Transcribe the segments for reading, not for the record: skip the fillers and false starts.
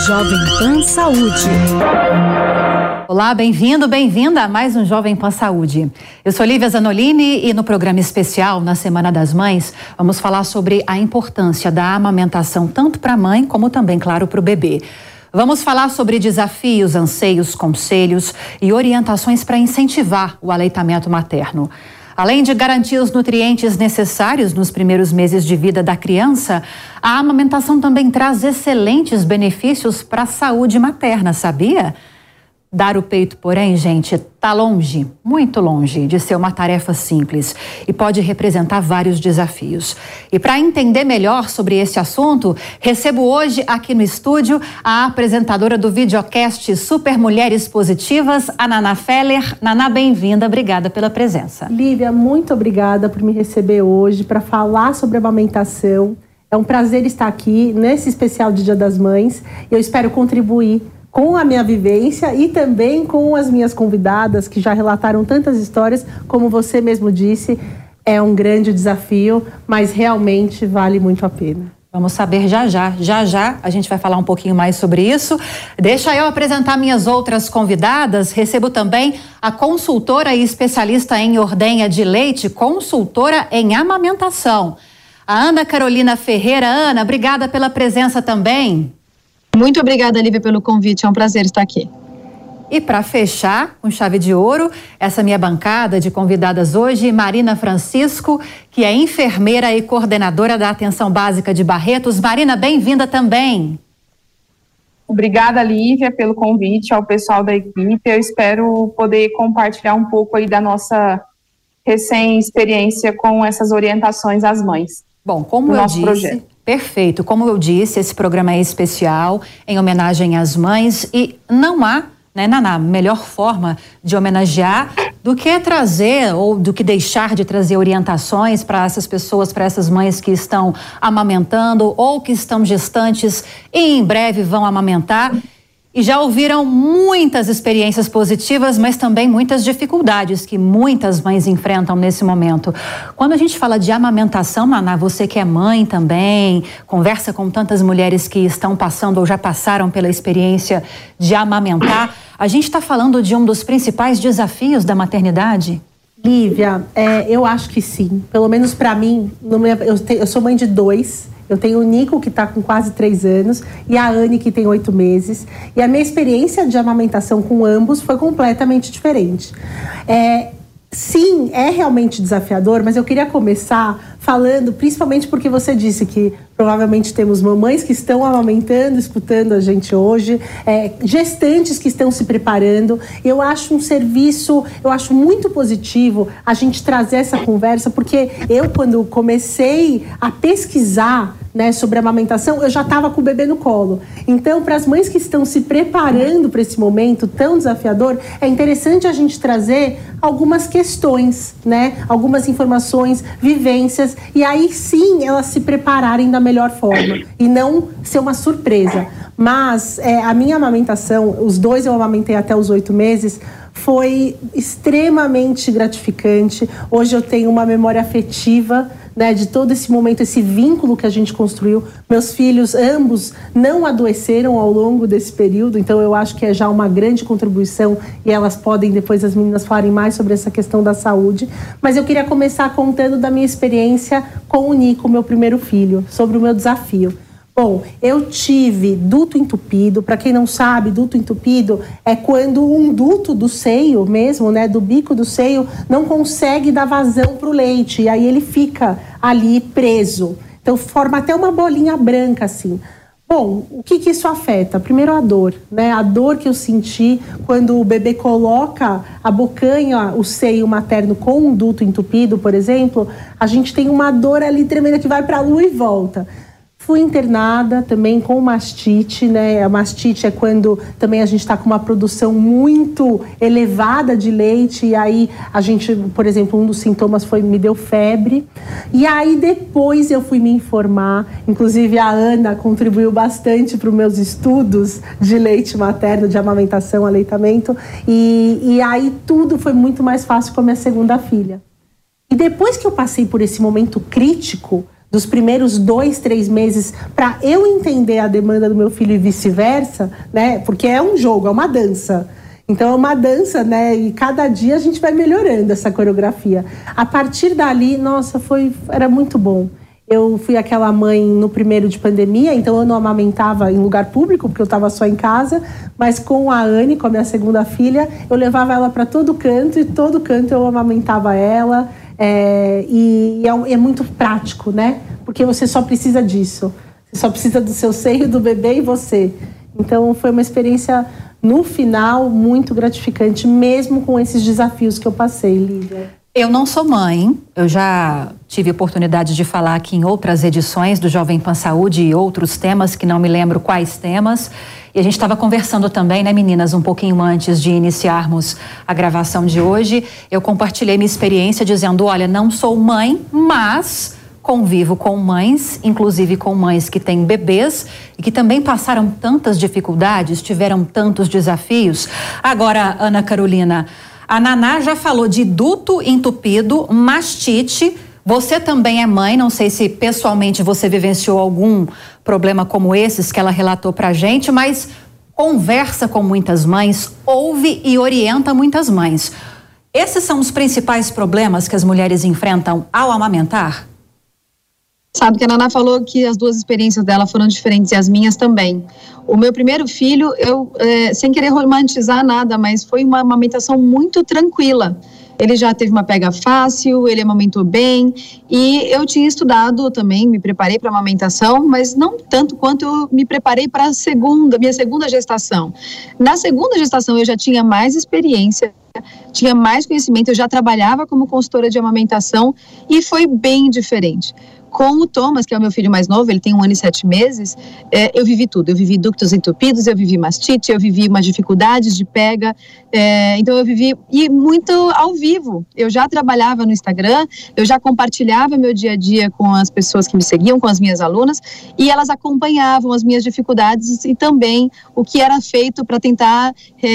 Jovem Pan Saúde. Olá, bem-vindo, bem-vinda a mais um Jovem Pan Saúde. Eu sou Lívia Zanolini e no programa especial, na Semana das Mães, vamos falar sobre a importância da amamentação tanto para a mãe como também, claro, para o bebê. Vamos falar sobre desafios, anseios, conselhos e orientações para incentivar o aleitamento materno. Além de garantir os nutrientes necessários nos primeiros meses de vida da criança, a amamentação também traz excelentes benefícios para a saúde materna, sabia? Dar o peito, porém, gente, está longe, muito longe de ser uma tarefa simples e pode representar vários desafios. E para entender melhor sobre esse assunto, recebo hoje aqui no estúdio a apresentadora do videocast Super Mulheres Positivas, a Naná Feller. Naná, bem-vinda, obrigada pela presença. Lívia, muito obrigada por me receber hoje para falar sobre amamentação. É um prazer estar aqui nesse especial de Dia das Mães e eu espero contribuir com a minha vivência e também com as minhas convidadas que já relataram tantas histórias, como você mesmo disse, é um grande desafio, mas realmente vale muito a pena. Vamos saber já a gente vai falar um pouquinho mais sobre isso. Deixa eu apresentar minhas outras convidadas. Recebo também a consultora e especialista em ordenha de leite, consultora em amamentação, a Ana Carolina Ferreira. Ana, obrigada pela presença também. Muito obrigada, Lívia, pelo convite. É um prazer estar aqui. E para fechar, com chave de ouro, essa minha bancada de convidadas hoje, Marina Francisco, que é enfermeira e coordenadora da Atenção Básica de Barretos. Marina, bem-vinda também. Obrigada, Lívia, pelo convite, ao pessoal da equipe. Eu espero poder compartilhar um pouco aí da nossa recém-experiência com essas orientações às mães. Bom, como eu disse... Projeto. Perfeito. Como eu disse, esse programa é especial em homenagem às mães e não há, né, Naná, melhor forma de homenagear do que trazer ou do que deixar de trazer orientações para essas pessoas, para essas mães que estão amamentando ou que estão gestantes e em breve vão amamentar. E já ouviram muitas experiências positivas, mas também muitas dificuldades que muitas mães enfrentam nesse momento. Quando a gente fala de amamentação, Naná, você que é mãe também, conversa com tantas mulheres que estão passando ou já passaram pela experiência de amamentar, a gente está falando de um dos principais desafios da maternidade? Lívia, eu acho que sim. Pelo menos para mim, eu sou mãe de 2. Eu tenho o Nico, que está com quase 3 anos, e a Anne, que tem 8 meses. E a minha experiência de amamentação com ambos foi completamente diferente. Sim, é realmente desafiador, mas eu queria começar falando, principalmente porque você disse que provavelmente temos mamães que estão amamentando, escutando a gente hoje, gestantes que estão se preparando. Eu acho um serviço, eu acho muito positivo a gente trazer essa conversa, porque eu, quando comecei a pesquisar, né, sobre a amamentação, eu já estava com o bebê no colo. Então, para as mães que estão se preparando para esse momento tão desafiador, é interessante a gente trazer algumas questões, né, algumas informações, vivências, e aí sim elas se prepararem da melhor forma e não ser uma surpresa. Mas a minha amamentação, os 2 eu amamentei até os 8 meses, foi extremamente gratificante. Hoje eu tenho uma memória afetiva, né, de todo esse momento, esse vínculo que a gente construiu. Meus filhos, ambos, não adoeceram ao longo desse período, então eu acho que é já uma grande contribuição e elas podem, depois as meninas falarem mais sobre essa questão da saúde. Mas eu queria começar contando da minha experiência com o Nico, meu primeiro filho, sobre o meu desafio. Bom, eu tive duto entupido. Para quem não sabe, duto entupido é quando um duto do seio mesmo, né, do bico do seio, não consegue dar vazão para o leite. E aí ele fica ali preso. Então forma até uma bolinha branca assim. Bom, o que isso afeta? Primeiro a dor, né? A dor que eu senti quando o bebê coloca a bocanha, o seio materno com um duto entupido, por exemplo, a gente tem uma dor ali tremenda que vai para a lua e volta. Fui internada também com mastite, né? A mastite é quando também a gente está com uma produção muito elevada de leite e aí a gente, por exemplo, um dos sintomas me deu febre. E aí depois eu fui me informar, inclusive a Ana contribuiu bastante para os meus estudos de leite materno, de amamentação, aleitamento. E aí tudo foi muito mais fácil com a minha segunda filha. E depois que eu passei por esse momento crítico dos primeiros 2, 3 meses, para eu entender a demanda do meu filho e vice-versa, né? Porque é um jogo, é uma dança. Então é uma dança, né? E cada dia a gente vai melhorando essa coreografia. A partir dali, nossa, era muito bom. Eu fui aquela mãe no primeiro de pandemia, então eu não amamentava em lugar público, porque eu estava só em casa, mas com a Anne, com a minha segunda filha, eu levava ela para todo canto, e todo canto eu amamentava ela. E é muito prático, né? Porque você só precisa disso. Você só precisa do seu seio, do bebê e você. Então foi uma experiência, no final, muito gratificante, mesmo com esses desafios que eu passei, Lívia. Eu não sou mãe, eu já tive oportunidade de falar aqui em outras edições do Jovem Pan Saúde e outros temas, que não me lembro quais temas. E a gente estava conversando também, né, meninas, um pouquinho antes de iniciarmos a gravação de hoje. Eu compartilhei minha experiência dizendo, olha, não sou mãe, mas convivo com mães, inclusive com mães que têm bebês e que também passaram tantas dificuldades, tiveram tantos desafios. Agora, Ana Carolina, a Naná já falou de duto entupido, mastite. Você também é mãe, não sei se pessoalmente você vivenciou algum problema como esses que ela relatou pra gente, mas conversa com muitas mães, ouve e orienta muitas mães. Esses são os principais problemas que as mulheres enfrentam ao amamentar? Sabe que a Naná falou que as duas experiências dela foram diferentes e as minhas também. O meu primeiro filho, eu, sem querer romantizar nada, mas foi uma amamentação muito tranquila. Ele já teve uma pega fácil, ele amamentou bem e eu tinha estudado também, me preparei para a amamentação, mas não tanto quanto eu me preparei para minha segunda gestação. Na segunda gestação eu já tinha mais experiência, tinha mais conhecimento, eu já trabalhava como consultora de amamentação e foi bem diferente. Com o Thomas, que é o meu filho mais novo, ele tem 1 ano e 7 meses, eu vivi tudo. Eu vivi ductos entupidos, eu vivi mastite, eu vivi umas dificuldades de pega, então eu vivi, e muito ao vivo. Eu já trabalhava no Instagram, eu já compartilhava meu dia a dia com as pessoas que me seguiam, com as minhas alunas, e elas acompanhavam as minhas dificuldades e também o que era feito para tentar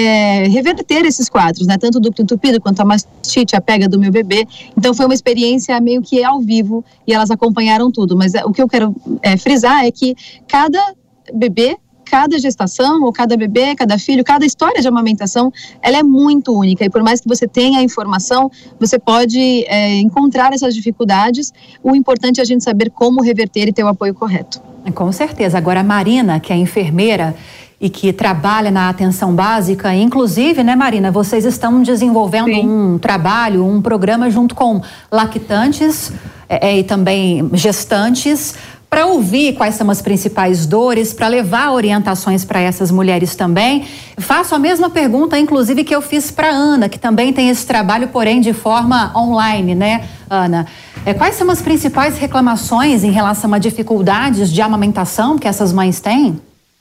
reverter esses quadros, né? Tanto o ducto entupido quanto a mastite, a pega do meu bebê. Então foi uma experiência meio que ao vivo e elas acompanharam tudo, mas o que eu quero frisar é que cada bebê, cada gestação, ou cada bebê, cada filho, cada história de amamentação, ela é muito única e por mais que você tenha a informação, você pode encontrar essas dificuldades, o importante é a gente saber como reverter e ter o apoio correto. Com certeza. Agora a Marina, que é enfermeira e que trabalha na atenção básica, inclusive, né, Marina, vocês estão desenvolvendo um trabalho, um programa junto com lactantes e também gestantes, para ouvir quais são as principais dores, para levar orientações para essas mulheres também. Faço a mesma pergunta, inclusive, que eu fiz para Ana, que também tem esse trabalho, porém de forma online, né, Ana? Quais são as principais reclamações em relação a dificuldades de amamentação que essas mães têm?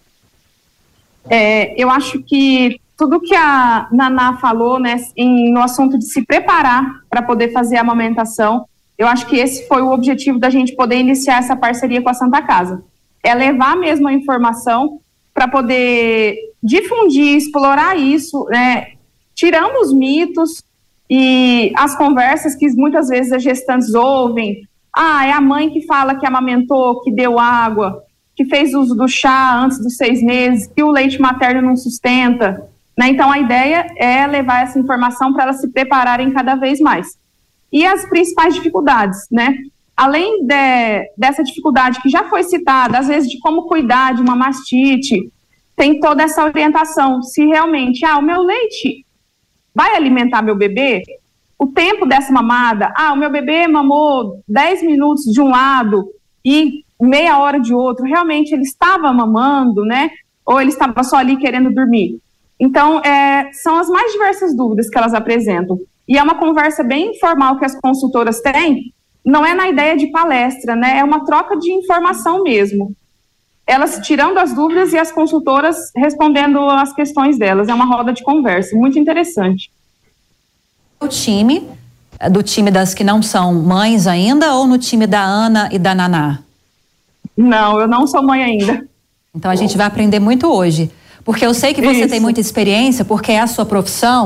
Eu acho que tudo que a Naná falou, né, no assunto de se preparar para poder fazer a amamentação, eu acho que esse foi o objetivo da gente poder iniciar essa parceria com a Santa Casa. É levar mesmo a informação para poder difundir, explorar isso, né, tirando os mitos e as conversas que muitas vezes as gestantes ouvem. É a mãe que fala que amamentou, que deu água, que fez uso do chá antes dos 6 meses, que o leite materno não sustenta, né? Então a ideia é levar essa informação para elas se prepararem cada vez mais. E as principais dificuldades, né? Além dessa dificuldade que já foi citada, às vezes de como cuidar de uma mastite, tem toda essa orientação. Se realmente, o meu leite vai alimentar meu bebê, o tempo dessa mamada, o meu bebê mamou 10 minutos de um lado e meia hora de outro, realmente ele estava mamando, né? Ou ele estava só ali querendo dormir. Então, são as mais diversas dúvidas que elas apresentam. E é uma conversa bem informal que as consultoras têm, não é na ideia de palestra, né? É uma troca de informação mesmo. Elas tirando as dúvidas e as consultoras respondendo as questões delas. É uma roda de conversa, muito interessante. O time, do time das que não são mães ainda, ou no time da Ana e da Naná? Não, eu não sou mãe ainda. Então a gente vai aprender muito hoje. Porque eu sei que você tem muita experiência, porque é a sua profissão.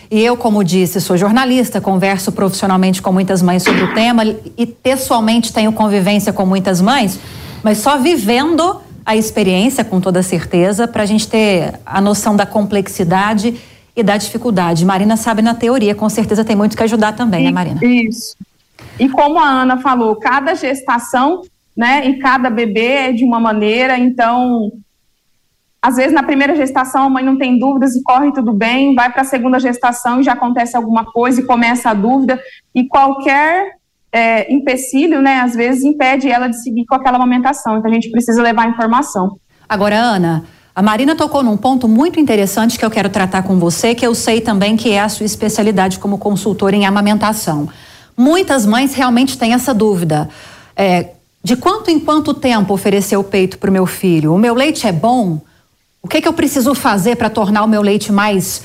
E eu, como disse, sou jornalista, converso profissionalmente com muitas mães sobre o tema e pessoalmente tenho convivência com muitas mães, mas só vivendo a experiência, com toda certeza, para a gente ter a noção da complexidade e da dificuldade. Marina sabe na teoria, com certeza tem muito que ajudar também, né, Marina? Isso. E como a Ana falou, cada gestação, né, e cada bebê é de uma maneira, então, às vezes na primeira gestação a mãe não tem dúvidas e corre tudo bem, vai para a segunda gestação e já acontece alguma coisa e começa a dúvida, e qualquer empecilho, né, às vezes impede ela de seguir com aquela amamentação, então a gente precisa levar a informação. Agora, Ana, a Marina tocou num ponto muito interessante que eu quero tratar com você, que eu sei também que é a sua especialidade como consultora em amamentação. Muitas mães realmente têm essa dúvida. De quanto em quanto tempo oferecer o peito para o meu filho? O meu leite é bom? O que eu preciso fazer para tornar o meu leite mais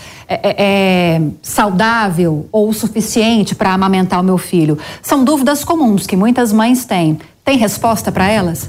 saudável ou o suficiente para amamentar o meu filho? São dúvidas comuns que muitas mães têm. Tem resposta para elas?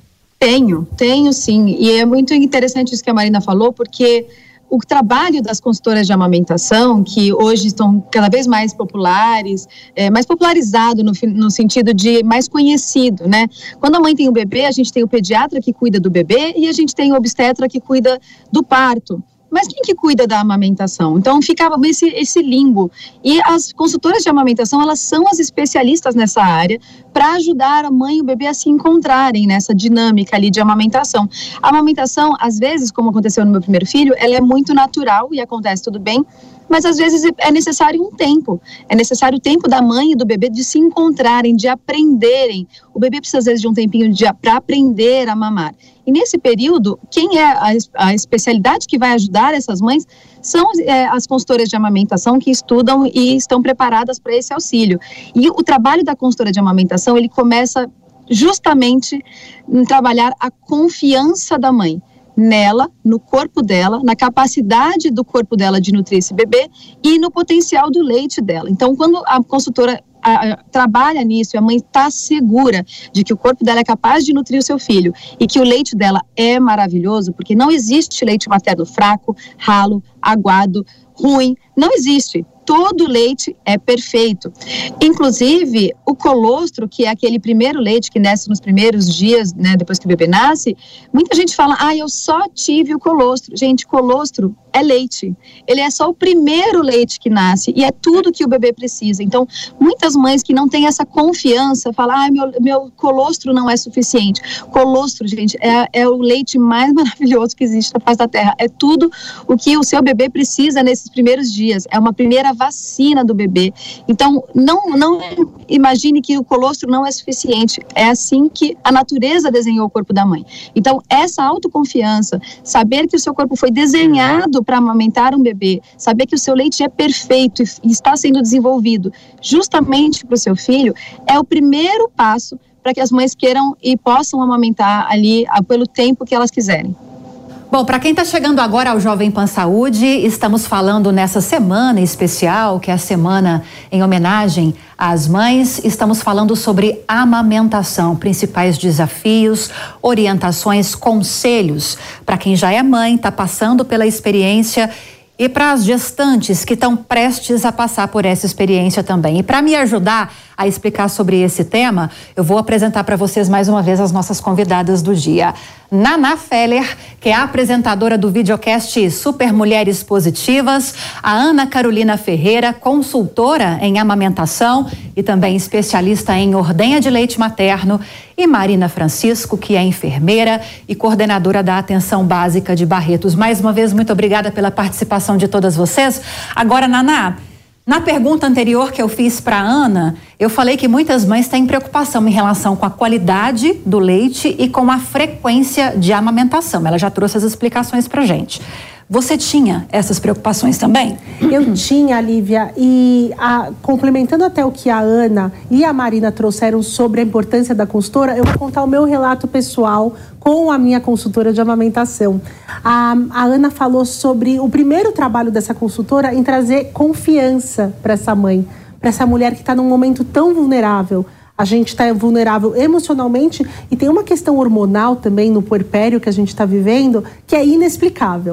Tenho sim. E é muito interessante isso que a Marina falou, porque o trabalho das consultoras de amamentação, que hoje estão cada vez mais populares, mais popularizado no sentido de mais conhecido, né? Quando a mãe tem o bebê, a gente tem o pediatra que cuida do bebê e a gente tem o obstetra que cuida do parto. Mas quem que cuida da amamentação? Então ficava esse limbo. E as consultoras de amamentação, elas são as especialistas nessa área para ajudar a mãe e o bebê a se encontrarem nessa dinâmica ali de amamentação. A amamentação, às vezes, como aconteceu no meu primeiro filho, ela é muito natural e acontece tudo bem, mas às vezes é necessário um tempo. É necessário o tempo da mãe e do bebê de se encontrarem, de aprenderem. O bebê precisa, às vezes, de um tempinho para aprender a mamar. E nesse período, quem é a especialidade que vai ajudar essas mães são as consultoras de amamentação que estudam e estão preparadas para esse auxílio. E o trabalho da consultora de amamentação, ele começa justamente em trabalhar a confiança da mãe nela, no corpo dela, na capacidade do corpo dela de nutrir esse bebê e no potencial do leite dela. Então, quando a consultora trabalha nisso e a mãe está segura de que o corpo dela é capaz de nutrir o seu filho e que o leite dela é maravilhoso, porque não existe leite materno fraco, ralo, aguado, ruim, não existe. Todo leite é perfeito. Inclusive, o colostro, que é aquele primeiro leite que nasce nos primeiros dias, né, depois que o bebê nasce, muita gente fala, eu só tive o colostro. Gente, colostro é leite. Ele é só o primeiro leite que nasce e é tudo que o bebê precisa. Então, muitas mães que não têm essa confiança falam, meu colostro não é suficiente. Colostro, gente, é o leite mais maravilhoso que existe na face da terra. É tudo o que o seu bebê precisa nesses primeiros dias. É uma primeira vacina do bebê. Então, não imagine que o colostro não é suficiente. É assim que a natureza desenhou o corpo da mãe. Então, essa autoconfiança, saber que o seu corpo foi desenhado para amamentar um bebê, saber que o seu leite é perfeito e está sendo desenvolvido justamente para o seu filho, é o primeiro passo para que as mães queiram e possam amamentar ali pelo tempo que elas quiserem. Bom, para quem está chegando agora ao Jovem Pan Saúde, estamos falando nessa semana especial, que é a semana em homenagem às mães, estamos falando sobre amamentação, principais desafios, orientações, conselhos para quem já é mãe, está passando pela experiência e para as gestantes que estão prestes a passar por essa experiência também. E para me ajudar a explicar sobre esse tema, eu vou apresentar para vocês mais uma vez as nossas convidadas do dia. Naná Feller, que é a apresentadora do videocast Super Mulheres Positivas, a Ana Carolina Ferreira, consultora em amamentação e também especialista em ordenha de leite materno, e Marina Francisco, que é enfermeira e coordenadora da Atenção Básica de Barretos. Mais uma vez, muito obrigada pela participação de todas vocês. Agora, Naná, na pergunta anterior que eu fiz para a Ana, eu falei que muitas mães têm preocupação em relação com a qualidade do leite e com a frequência de amamentação. Ela já trouxe as explicações para a gente. Você tinha essas preocupações também? Eu tinha, Lívia, e complementando até o que a Ana e a Marina trouxeram sobre a importância da consultora, eu vou contar o meu relato pessoal com a minha consultora de amamentação. A Ana falou sobre o primeiro trabalho dessa consultora em trazer confiança para essa mãe, para essa mulher que está num momento tão vulnerável. A gente está vulnerável emocionalmente e tem uma questão hormonal também no puerpério que a gente está vivendo que é inexplicável.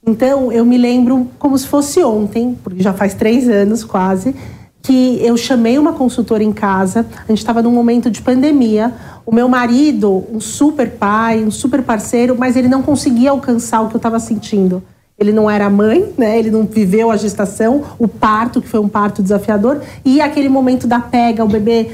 Então, eu me lembro como se fosse ontem, porque já faz 3 anos quase, que eu chamei uma consultora em casa. A gente estava num momento de pandemia. O meu marido, um super pai, um super parceiro, mas ele não conseguia alcançar o que eu estava sentindo. Ele não era mãe, né? Ele não viveu a gestação, o parto, que foi um parto desafiador, e aquele momento da pega, o bebê,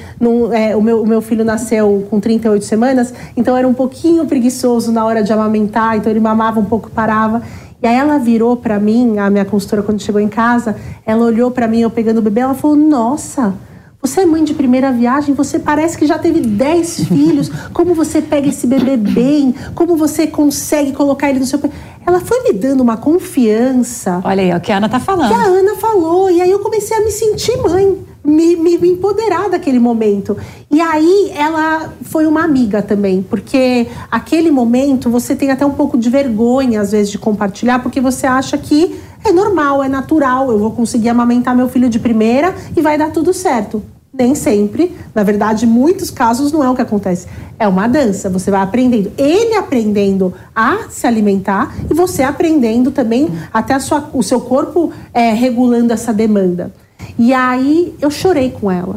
o meu filho nasceu com 38 semanas, então era um pouquinho preguiçoso na hora de amamentar, então ele mamava um pouco, parava. E aí ela virou pra mim, a minha consultora, quando chegou em casa, ela olhou pra mim, eu pegando o bebê, ela falou: nossa, você é mãe de primeira viagem, você parece que já teve 10 filhos, como você pega esse bebê bem, como você consegue colocar ele no seu... Ela foi me dando uma confiança. Olha aí, é o que a Ana tá falando. Que a Ana falou, e aí eu comecei a me sentir mãe, me empoderar daquele momento. E aí ela foi uma amiga também, porque aquele momento você tem até um pouco de vergonha às vezes de compartilhar, porque você acha que é normal, é natural, eu vou conseguir amamentar meu filho de primeira e vai dar tudo certo. Nem sempre, na verdade, em muitos casos não é o que acontece. É uma dança, você vai aprendendo. Ele aprendendo a se alimentar e você aprendendo também até o seu corpo regulando essa demanda. E aí eu chorei com ela.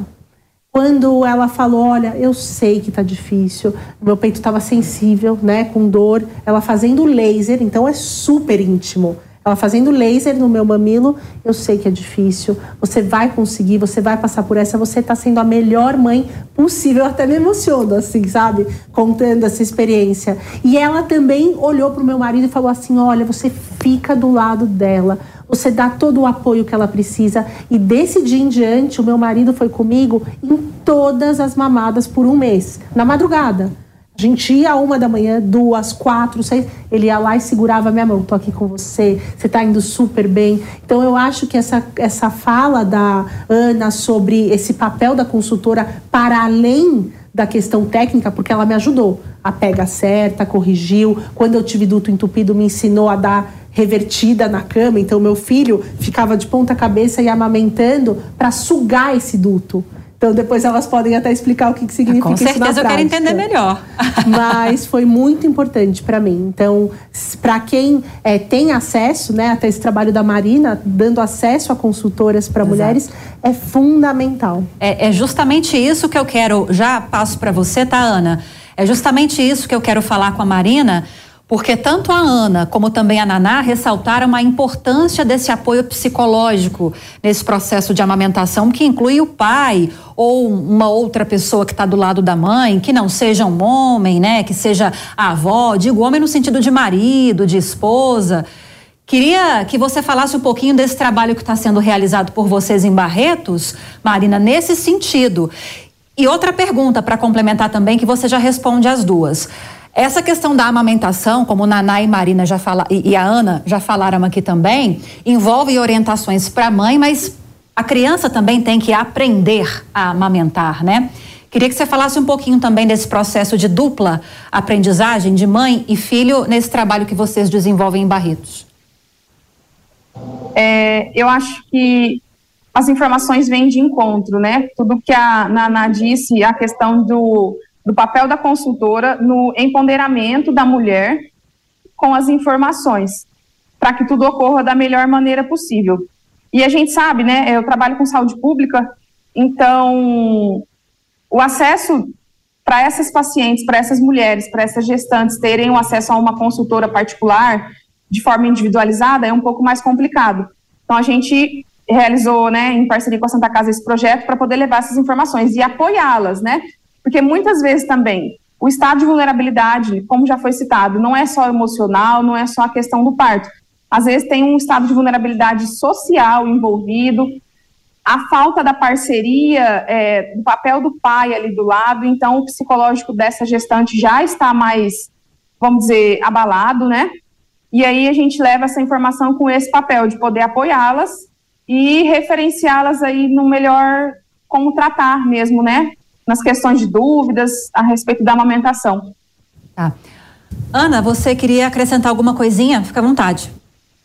Quando ela falou: olha, eu sei que tá difícil, meu peito estava sensível, né, com dor. Ela fazendo laser, então é super íntimo. Ela fazendo laser no meu mamilo, eu sei que é difícil, você vai conseguir, você vai passar por essa, você tá sendo a melhor mãe possível. Eu até me emociono, assim, sabe? Contando essa experiência. E ela também olhou pro meu marido e falou assim: olha, você fica do lado dela, você dá todo o apoio que ela precisa. E desse dia em diante, o meu marido foi comigo em todas as mamadas por 1 mês, na madrugada. A gente ia 1 da manhã, 2, 4, 6, ele ia lá e segurava a minha mão: tô aqui com você, você tá indo super bem. Então eu acho que essa fala da Ana sobre esse papel da consultora para além da questão técnica, porque ela me ajudou, a pega certa, corrigiu. Quando eu tive duto entupido, me ensinou a dar revertida na cama, então meu filho ficava de ponta cabeça e amamentando para sugar esse duto. Então, depois elas podem até explicar o que significa isso na prática. Com certeza eu quero entender melhor. Mas foi muito importante para mim. Então, para quem tem acesso, né, até esse trabalho da Marina, dando acesso a consultoras para mulheres, é fundamental. É justamente isso que eu quero, já passo para você, tá, Ana? É justamente isso que eu quero falar com a Marina, porque tanto a Ana como também a Naná ressaltaram a importância desse apoio psicológico nesse processo de amamentação, que inclui o pai ou uma outra pessoa que está do lado da mãe, que não seja um homem, né, que seja a avó, digo homem no sentido de marido, de esposa. Queria que você falasse um pouquinho desse trabalho que está sendo realizado por vocês em Barretos, Marina, nesse sentido. E outra pergunta para complementar também, que você já responde as duas. Essa questão da amamentação, como Naná e Marina e a Ana já falaram aqui também, envolve orientações para a mãe, mas a criança também tem que aprender a amamentar, né? Queria que você falasse um pouquinho também desse processo de dupla aprendizagem de mãe e filho nesse trabalho que vocês desenvolvem em Barretos. Eu acho que as informações vêm de encontro, né? Tudo que a Naná disse, a questão do papel da consultora no empoderamento da mulher com as informações, para que tudo ocorra da melhor maneira possível. E a gente sabe, né, eu trabalho com saúde pública, então o acesso para essas pacientes, para essas mulheres, para essas gestantes terem o acesso a uma consultora particular de forma individualizada é um pouco mais complicado. Então a gente realizou, né, em parceria com a Santa Casa, esse projeto para poder levar essas informações e apoiá-las, né? Porque muitas vezes também o estado de vulnerabilidade, como já foi citado, não é só emocional, não é só a questão do parto. Às vezes tem um estado de vulnerabilidade social envolvido, a falta da parceria, do papel do pai ali do lado, então o psicológico dessa gestante já está mais, vamos dizer, abalado, né? E aí a gente leva essa informação com esse papel de poder apoiá-las e referenciá-las aí no melhor, como tratar mesmo, né? Nas questões de dúvidas a respeito da amamentação. Tá. Ana, você queria acrescentar alguma coisinha? Fica à vontade.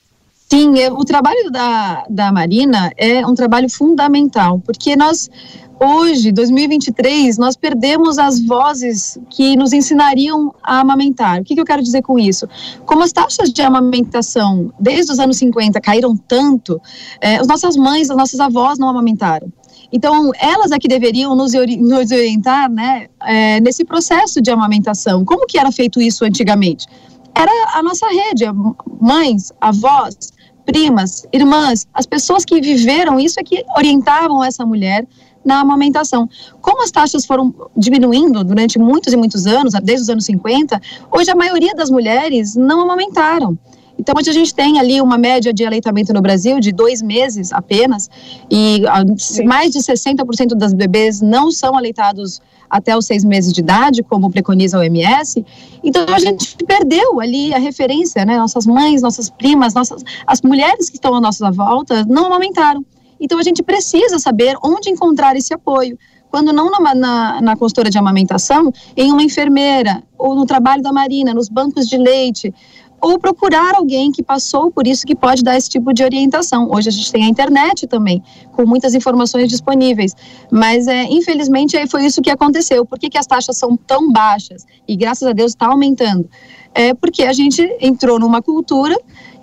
Sim, o trabalho da Marina é um trabalho fundamental, porque nós, hoje, 2023, nós perdemos as vozes que nos ensinariam a amamentar. O que eu quero dizer com isso? Como as taxas de amamentação desde os anos 50 caíram tanto, as nossas mães, as nossas avós não amamentaram. Então, elas é que deveriam nos orientar, né, nesse processo de amamentação. Como que era feito isso antigamente? Era a nossa rede, mães, avós, primas, irmãs, as pessoas que viveram isso é que orientavam essa mulher na amamentação. Como as taxas foram diminuindo durante muitos e muitos anos, desde os anos 50, hoje a maioria das mulheres não amamentaram. Então, hoje a gente tem ali uma média de aleitamento no Brasil de 2 meses apenas, e mais de 60% das bebês não são aleitados até os 6 meses de idade, como preconiza a OMS. Então, a gente perdeu ali a referência, né? Nossas mães, nossas primas, as mulheres que estão à nossa volta não amamentaram. Então, a gente precisa saber onde encontrar esse apoio. Quando não na consultora de amamentação, em uma enfermeira, ou no trabalho da Marina, nos bancos de leite, ou procurar alguém que passou por isso, que pode dar esse tipo de orientação. Hoje a gente tem a internet também, com muitas informações disponíveis, mas infelizmente foi isso que aconteceu. Por que as taxas são tão baixas? E graças a Deus está aumentando. Porque a gente entrou numa cultura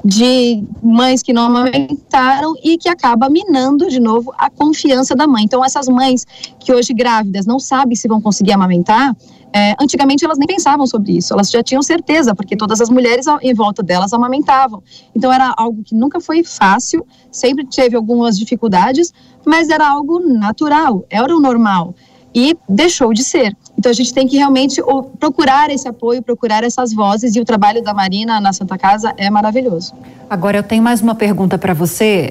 de mães que não amamentaram e que acaba minando de novo a confiança da mãe. Então essas mães que hoje grávidas não sabem se vão conseguir amamentar, antigamente elas nem pensavam sobre isso, elas já tinham certeza, porque todas as mulheres em volta delas amamentavam. Então era algo que nunca foi fácil, sempre teve algumas dificuldades, mas era algo natural, era o normal, e deixou de ser. Então a gente tem que realmente procurar esse apoio, procurar essas vozes, e o trabalho da Marina na Santa Casa é maravilhoso. Agora eu tenho mais uma pergunta para você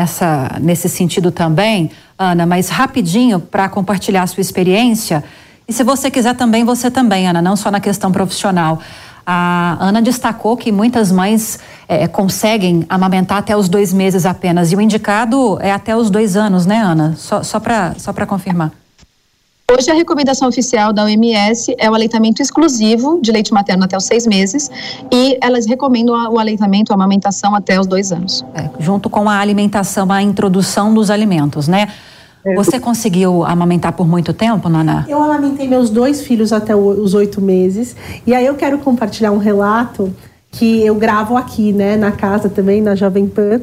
nesse sentido também, Ana, mas rapidinho para compartilhar a sua experiência. E se você quiser também, você também, Ana, não só na questão profissional. A Ana destacou que muitas mães conseguem amamentar até os 2 meses apenas, e o indicado é até os 2 anos, né, Ana? Só para confirmar. Hoje a recomendação oficial da OMS é o aleitamento exclusivo de leite materno até os 6 meses, e elas recomendam o aleitamento, a amamentação até os 2 anos. Junto com a alimentação, a introdução dos alimentos, né? Você conseguiu amamentar por muito tempo, Naná? Eu amamentei meus 2 filhos até os 8 meses. E aí eu quero compartilhar um relato que eu gravo aqui, né, na casa também, na Jovem Pan.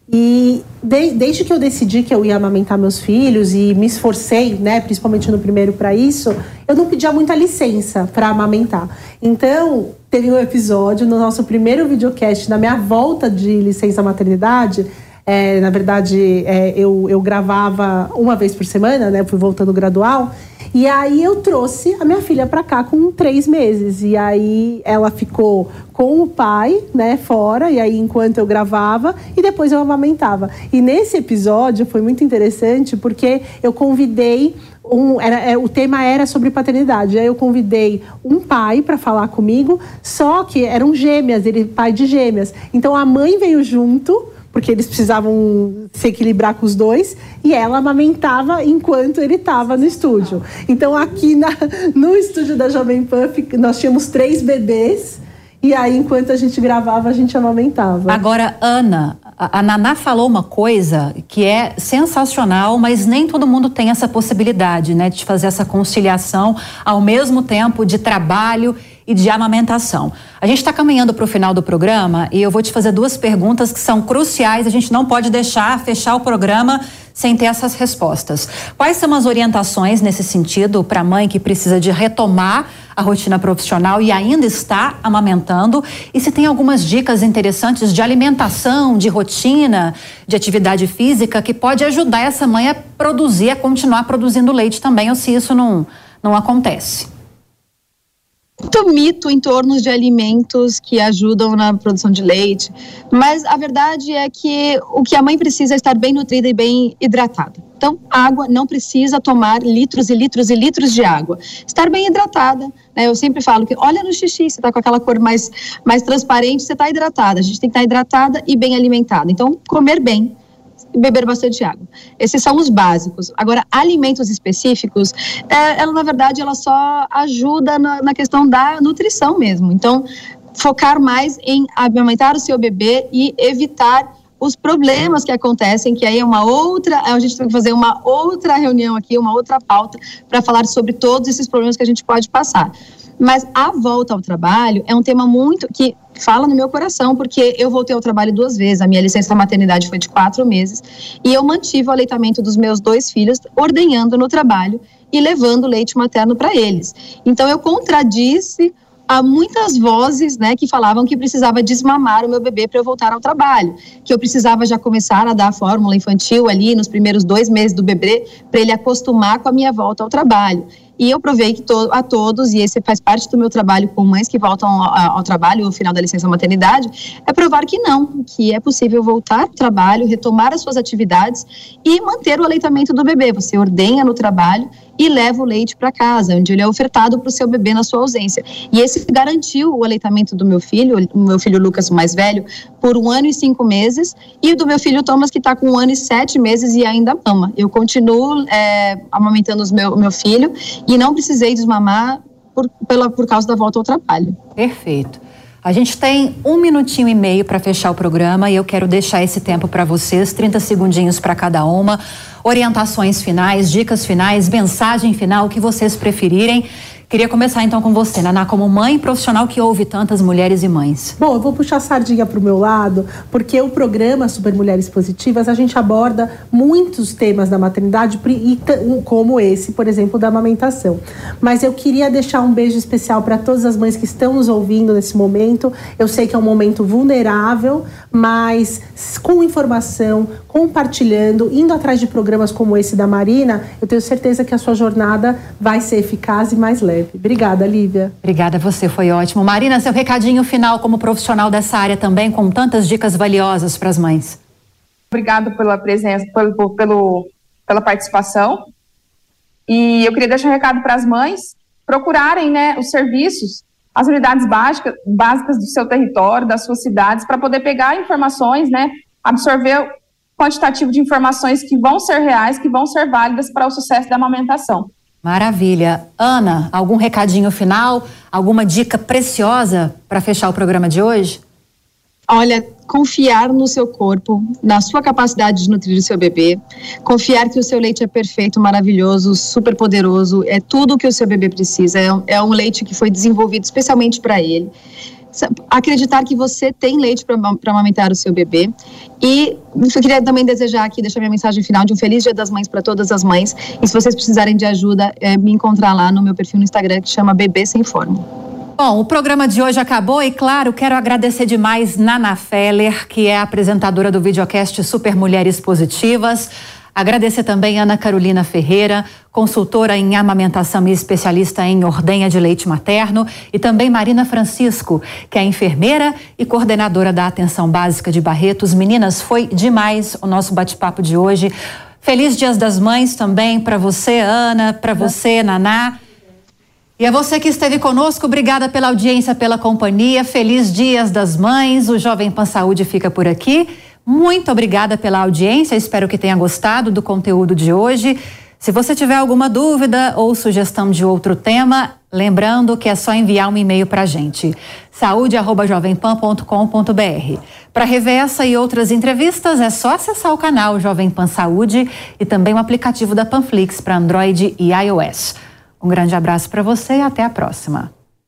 E desde que eu decidi que eu ia amamentar meus filhos e me esforcei, né, principalmente no primeiro para isso, eu não pedia muita licença para amamentar. Então, teve um episódio no nosso primeiro videocast, na minha volta de licença maternidade. Na verdade, eu gravava uma vez por semana, né? Fui voltando gradual. E aí eu trouxe a minha filha para cá com 3 meses. E aí ela ficou com o pai, né, fora. E aí enquanto eu gravava, e depois eu amamentava. E nesse episódio foi muito interessante porque eu convidei o tema era sobre paternidade. Aí eu convidei um pai para falar comigo, só que eram gêmeas, ele pai de gêmeas. Então a mãe veio junto, porque eles precisavam se equilibrar com os 2, e ela amamentava enquanto ele estava no estúdio. Então, aqui no estúdio da Jovem Pan, nós tínhamos 3 bebês, e aí, enquanto a gente gravava, a gente amamentava. Agora, Ana, a Naná falou uma coisa que é sensacional, mas nem todo mundo tem essa possibilidade, né, de fazer essa conciliação ao mesmo tempo de trabalho e de amamentação. A gente está caminhando para o final do programa e eu vou te fazer 2 perguntas que são cruciais. A gente não pode fechar o programa sem ter essas respostas. Quais são as orientações nesse sentido para a mãe que precisa de retomar a rotina profissional e ainda está amamentando? E se tem algumas dicas interessantes de alimentação, de rotina, de atividade física que pode ajudar essa mãe a continuar produzindo leite também, ou se isso não acontece? Muito mito em torno de alimentos que ajudam na produção de leite, mas a verdade é que o que a mãe precisa é estar bem nutrida e bem hidratada. Então, água, não precisa tomar litros e litros e litros de água. Estar bem hidratada, né? Eu sempre falo que olha no xixi, você está com aquela cor mais transparente, você está hidratada. A gente tem que estar hidratada e bem alimentada. Então, comer bem e beber bastante água. Esses são os básicos. Agora, alimentos específicos, ela na verdade ela só ajuda na questão da nutrição mesmo. Então, focar mais em amamentar o seu bebê e evitar os problemas que acontecem, que aí é a gente tem que fazer uma outra reunião aqui, uma outra pauta para falar sobre todos esses problemas que a gente pode passar. Mas a volta ao trabalho é um tema muito que fala no meu coração, porque eu voltei ao trabalho 2 vezes, a minha licença maternidade foi de 4 meses, e eu mantive o aleitamento dos meus 2 filhos, ordenhando no trabalho e levando leite materno para eles. Então eu contradisse há muitas vozes, né, que falavam que precisava desmamar o meu bebê para eu voltar ao trabalho, que eu precisava já começar a dar a fórmula infantil ali nos primeiros 2 meses do bebê, para ele acostumar com a minha volta ao trabalho. E eu provei que a todos, e esse faz parte do meu trabalho com mães que voltam ao trabalho no final da licença maternidade, é provar que não, que é possível voltar ao trabalho, retomar as suas atividades e manter o aleitamento do bebê. Você ordenha no trabalho e leva o leite para casa, onde ele é ofertado para o seu bebê na sua ausência. E esse garantiu o aleitamento do meu filho, o meu filho Lucas, o mais velho, por 1 ano e 5 meses, e do meu filho Thomas, que está com 1 ano e 7 meses e ainda mama. Eu continuo amamentando o meu filho e não precisei desmamar por causa da volta ao trabalho. Perfeito. A gente tem 1 minutinho e meio para fechar o programa e eu quero deixar esse tempo para vocês, 30 segundinhos para cada uma, orientações finais, dicas finais, mensagem final, o que vocês preferirem. Queria começar então com você, Naná, como mãe profissional que ouve tantas mulheres e mães. Bom, eu vou puxar a sardinha para o meu lado, porque o programa Super Mulheres Positivas, a gente aborda muitos temas da maternidade, como esse, por exemplo, da amamentação. Mas eu queria deixar um beijo especial para todas as mães que estão nos ouvindo nesse momento. Eu sei que é um momento vulnerável, mas com informação, compartilhando, indo atrás de programas como esse da Marina, eu tenho certeza que a sua jornada vai ser eficaz e mais leve. Obrigada, Lívia. Obrigada a você, foi ótimo. Marina, seu recadinho final como profissional dessa área também, com tantas dicas valiosas para as mães. Obrigada pela presença, pela participação. E eu queria deixar um recado para as mães procurarem, né, os serviços, as unidades básicas do seu território, das suas cidades, para poder pegar informações, né, absorver o quantitativo de informações que vão ser reais, que vão ser válidas para o sucesso da amamentação. Maravilha. Ana, algum recadinho final? Alguma dica preciosa para fechar o programa de hoje? Olha, confiar no seu corpo, na sua capacidade de nutrir o seu bebê, confiar que o seu leite é perfeito, maravilhoso, super poderoso, é tudo o que o seu bebê precisa, é um leite que foi desenvolvido especialmente para ele. Acreditar que você tem leite para amamentar o seu bebê. E eu queria também desejar aqui, deixar minha mensagem final de um feliz Dia das Mães para todas as mães. E se vocês precisarem de ajuda, me encontrar lá no meu perfil no Instagram, que chama Bebê Sem Fórmula. Bom, o programa de hoje acabou e, claro, quero agradecer demais Naná Feller, que é a apresentadora do videocast Super Mulheres Positivas. Agradecer também Ana Carolina Ferreira, consultora em amamentação e especialista em ordenha de leite materno, e também Marina Francisco, que é enfermeira e coordenadora da Atenção Básica de Barretos. Meninas, foi demais o nosso bate-papo de hoje. Feliz Dias das Mães também para você, Ana, para você, Naná. E a você que esteve conosco, obrigada pela audiência, pela companhia. Feliz Dias das Mães. O Jovem Pan Saúde fica por aqui. Muito obrigada pela audiência, espero que tenha gostado do conteúdo de hoje. Se você tiver alguma dúvida ou sugestão de outro tema, lembrando que é só enviar um e-mail para a gente, saude@jovempan.com.br. Para rever essa e outras entrevistas, é só acessar o canal Jovem Pan Saúde e também o aplicativo da Panflix para Android e iOS. Um grande abraço para você e até a próxima.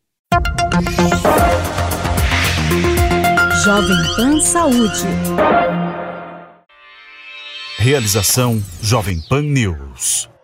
Jovem Pan Saúde. Realização Jovem Pan News.